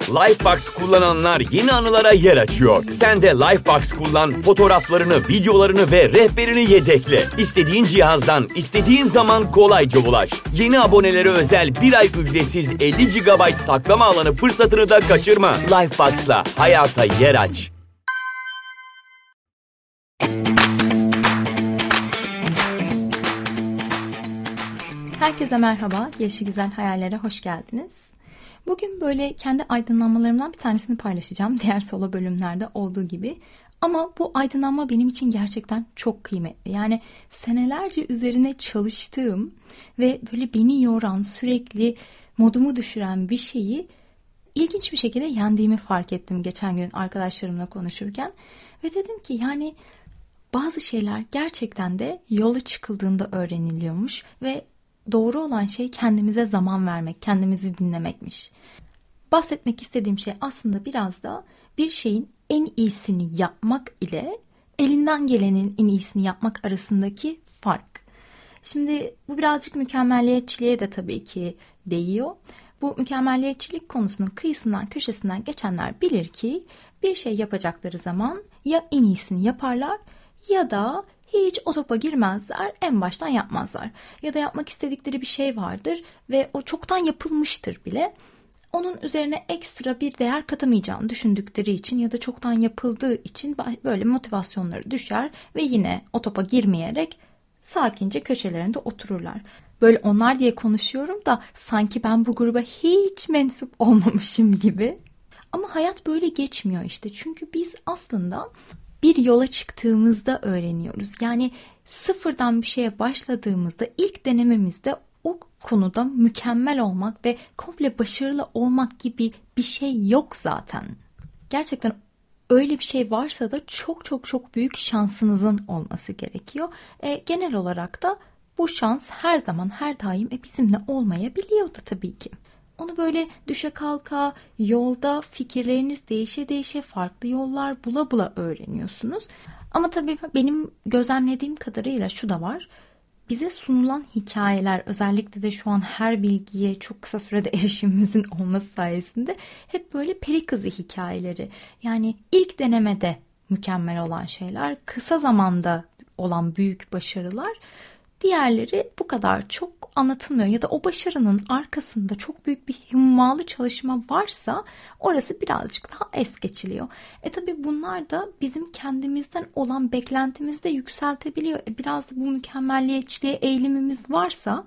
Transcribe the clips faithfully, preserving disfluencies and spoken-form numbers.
Lifebox kullananlar yeni anılara yer açıyor. Sen de Lifebox kullan, fotoğraflarını, videolarını ve rehberini yedekle. İstediğin cihazdan, istediğin zaman kolayca ulaş. Yeni abonelere özel bir ay ücretsiz elli gigabayt saklama alanı fırsatını da kaçırma. Lifebox'la hayata yer aç. Herkese merhaba, Gelişi Güzel Hayallere hoş geldiniz. Bugün böyle kendi aydınlanmalarımdan bir tanesini paylaşacağım. Diğer solo bölümlerde olduğu gibi. Ama bu aydınlanma benim için gerçekten çok kıymetli. Yani senelerce üzerine çalıştığım ve böyle beni yoran, sürekli modumu düşüren bir şeyi ilginç bir şekilde yendiğimi fark ettim geçen gün arkadaşlarımla konuşurken. Ve dedim ki yani bazı şeyler gerçekten de yola çıkıldığında öğreniliyormuş ve doğru olan şey kendimize zaman vermek, kendimizi dinlemekmiş. Bahsetmek istediğim şey aslında biraz da bir şeyin en iyisini yapmak ile elinden gelenin en iyisini yapmak arasındaki fark. Şimdi bu birazcık mükemmelliyetçiliğe de tabii ki değiyor. Bu mükemmelliyetçilik konusunun kıyısından köşesinden geçenler bilir ki bir şey yapacakları zaman ya en iyisini yaparlar ya da hiç o topa girmezler, en baştan yapmazlar. Ya da yapmak istedikleri bir şey vardır ve o çoktan yapılmıştır bile. Onun üzerine ekstra bir değer katamayacağını düşündükleri için ya da çoktan yapıldığı için böyle motivasyonları düşer ve yine o topa girmeyerek sakince köşelerinde otururlar. Böyle onlar diye konuşuyorum da sanki ben bu gruba hiç mensup olmamışım gibi. Ama hayat böyle geçmiyor işte. Çünkü biz aslında bir yola çıktığımızda öğreniyoruz. Yani sıfırdan bir şeye başladığımızda ilk denememizde o konuda mükemmel olmak ve komple başarılı olmak gibi bir şey yok zaten. Gerçekten öyle bir şey varsa da çok çok çok büyük şansınızın olması gerekiyor. E, genel olarak da bu şans her zaman her daim e, bizimle olmayabiliyordu tabii ki. Onu böyle düşe kalka, yolda fikirleriniz değişe değişe farklı yollar bula bula öğreniyorsunuz. Ama tabii benim gözlemlediğim kadarıyla şu da var. Bize sunulan hikayeler, özellikle de şu an her bilgiye çok kısa sürede erişimimizin olması sayesinde hep böyle peri kızı hikayeleri. Yani ilk denemede mükemmel olan şeyler, kısa zamanda olan büyük başarılar. Diğerleri bu kadar çok anlatılmıyor ya da o başarının arkasında çok büyük bir hummalı çalışma varsa orası birazcık daha es geçiliyor. E tabi bunlar da bizim kendimizden olan beklentimizi de yükseltebiliyor. E biraz da bu mükemmelliyetçiliğe eğilimimiz varsa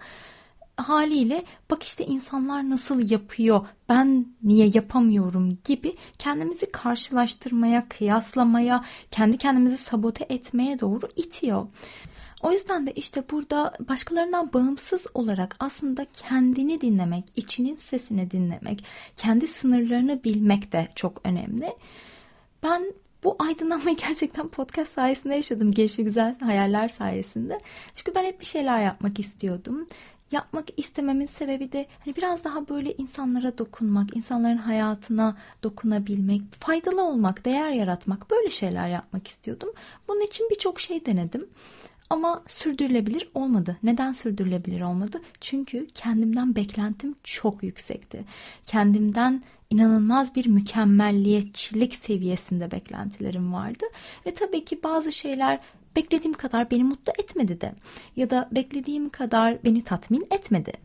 haliyle bak işte insanlar nasıl yapıyor, ben niye yapamıyorum gibi kendimizi karşılaştırmaya, kıyaslamaya, kendi kendimizi sabote etmeye doğru itiyor. O yüzden de işte burada başkalarından bağımsız olarak aslında kendini dinlemek, içinin sesini dinlemek, kendi sınırlarını bilmek de çok önemli. Ben bu aydınlanmayı gerçekten podcast sayesinde yaşadım. Gelişi Güzel Hayaller sayesinde. Çünkü ben hep bir şeyler yapmak istiyordum. Yapmak istememin sebebi de hani biraz daha böyle insanlara dokunmak, insanların hayatına dokunabilmek, faydalı olmak, değer yaratmak, böyle şeyler yapmak istiyordum. Bunun için birçok şey denedim. Ama sürdürülebilir olmadı. Neden sürdürülebilir olmadı? Çünkü kendimden beklentim çok yüksekti. Kendimden inanılmaz bir mükemmelliyetçilik seviyesinde beklentilerim vardı. Ve tabii ki bazı şeyler beklediğim kadar beni mutlu etmedi de. Ya da beklediğim kadar beni tatmin etmedi.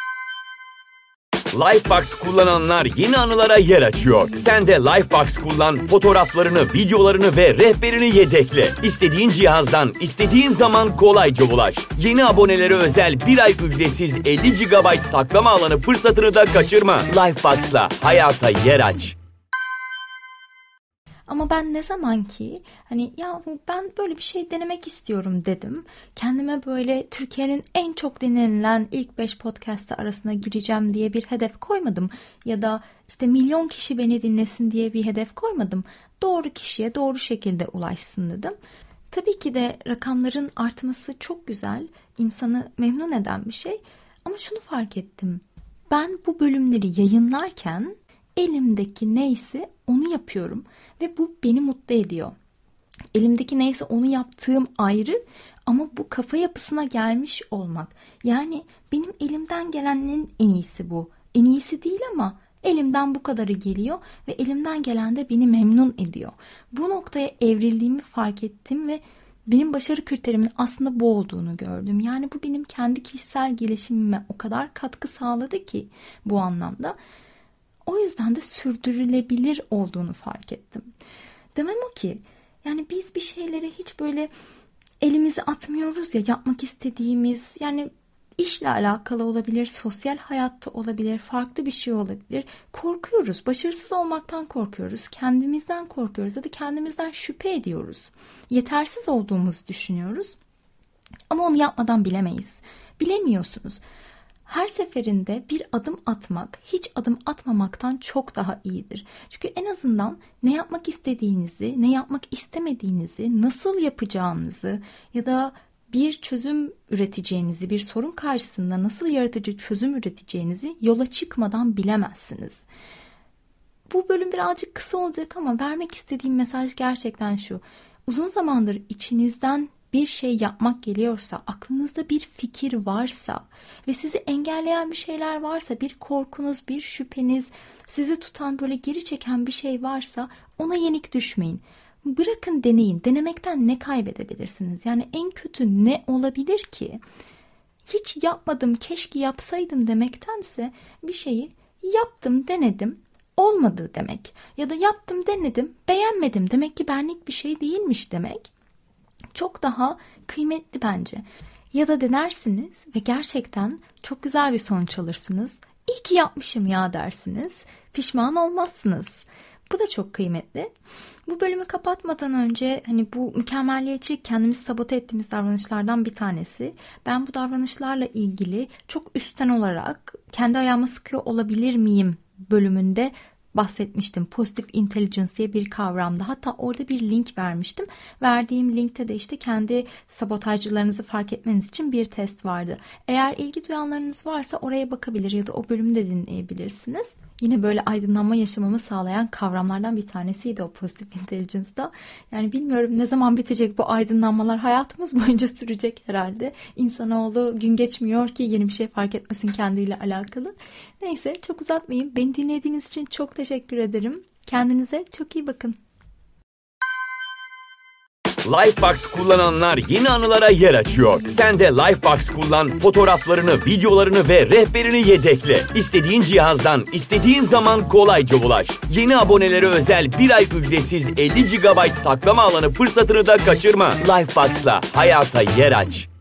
Lifebox kullananlar yeni anılara yer açıyor. Sen de Lifebox kullan, fotoğraflarını, videolarını ve rehberini yedekle. İstediğin cihazdan, istediğin zaman kolayca ulaş. Yeni abonelere özel bir ay ücretsiz elli gigabayt saklama alanı fırsatını da kaçırma. Lifebox'la hayata yer aç. Ama ben ne zaman ki hani ya ben böyle bir şey denemek istiyorum dedim. Kendime böyle Türkiye'nin en çok dinlenilen ilk beş podcast'ı arasına gireceğim diye bir hedef koymadım. Ya da işte milyon kişi beni dinlesin diye bir hedef koymadım. Doğru kişiye doğru şekilde ulaşsın dedim. Tabii ki de rakamların artması çok güzel, insanı memnun eden bir şey. Ama şunu fark ettim. Ben bu bölümleri yayınlarken elimdeki neyse onu yapıyorum ve bu beni mutlu ediyor. Elimdeki neyse onu yaptığım ayrı ama bu kafa yapısına gelmiş olmak. Yani benim elimden gelenin en iyisi bu. En iyisi değil ama Elimden bu kadarı geliyor ve elimden gelen de beni memnun ediyor. Bu noktaya evrildiğimi fark ettim ve benim başarı kriterimin aslında bu olduğunu gördüm. Yani bu benim kendi kişisel gelişimime o kadar katkı sağladı ki bu anlamda. O yüzden de sürdürülebilir olduğunu fark ettim. Demem o ki, yani biz bir şeylere hiç böyle elimizi atmıyoruz ya, yapmak istediğimiz, yani işle alakalı olabilir, sosyal hayatta olabilir, farklı bir şey olabilir. Korkuyoruz, başarısız olmaktan korkuyoruz, kendimizden korkuyoruz ya da kendimizden şüphe ediyoruz. Yetersiz olduğumuzu düşünüyoruz ama onu yapmadan bilemeyiz. Bilemiyorsunuz. Her seferinde bir adım atmak hiç adım atmamaktan çok daha iyidir. Çünkü en azından ne yapmak istediğinizi, ne yapmak istemediğinizi, nasıl yapacağınızı ya da bir çözüm üreteceğinizi, bir sorun karşısında nasıl yaratıcı çözüm üreteceğinizi yola çıkmadan bilemezsiniz. Bu bölüm birazcık kısa olacak ama vermek istediğim mesaj gerçekten şu. Uzun zamandır içinizden bir şey yapmak geliyorsa, aklınızda bir fikir varsa ve sizi engelleyen bir şeyler varsa, bir korkunuz, bir şüpheniz, sizi tutan, böyle geri çeken bir şey varsa ona yenik düşmeyin. Bırakın deneyin. Denemekten ne kaybedebilirsiniz? Yani en kötü ne olabilir ki? Hiç yapmadım, keşke yapsaydım demektense bir şeyi yaptım, denedim, olmadı demek. Ya da yaptım, denedim, beğenmedim. Demek ki benlik bir şey değilmiş demek. Çok daha kıymetli bence. Ya da denersiniz ve gerçekten çok güzel bir sonuç alırsınız. İyi ki yapmışım ya dersiniz. Pişman olmazsınız. Bu da çok kıymetli. Bu bölümü kapatmadan önce hani bu mükemmeliyetçi, kendimizi sabote ettiğimiz davranışlardan bir tanesi. Ben bu davranışlarla ilgili çok üstten olarak kendi ayağıma sıkıyor olabilir miyim bölümünde bahsetmiştim. Positive intelligence diye bir kavramda. Hatta orada bir link vermiştim. Verdiğim linkte de işte kendi sabotajcılarınızı fark etmeniz için bir test vardı. Eğer ilgi duyanlarınız varsa oraya bakabilir ya da o bölümü de dinleyebilirsiniz. Yine böyle aydınlanma yaşamamı sağlayan kavramlardan bir tanesiydi o Positive Intelligence'da. Yani bilmiyorum ne zaman bitecek bu aydınlanmalar, hayatımız boyunca sürecek herhalde. İnsanoğlu gün geçmiyor ki yeni bir şey fark etmesin kendiyle alakalı. Neyse, çok uzatmayayım. Beni dinlediğiniz için çok teşekkür ederim. Kendinize çok iyi bakın. Lifebox kullananlar yeni anılara yer açıyor. Sen de Lifebox kullan, fotoğraflarını, videolarını ve rehberini yedekle. İstediğin cihazdan, istediğin zaman kolayca ulaş. Yeni abonelere özel bir ay ücretsiz elli gigabayt saklama alanı fırsatını da kaçırma. Lifebox'la hayata yer aç.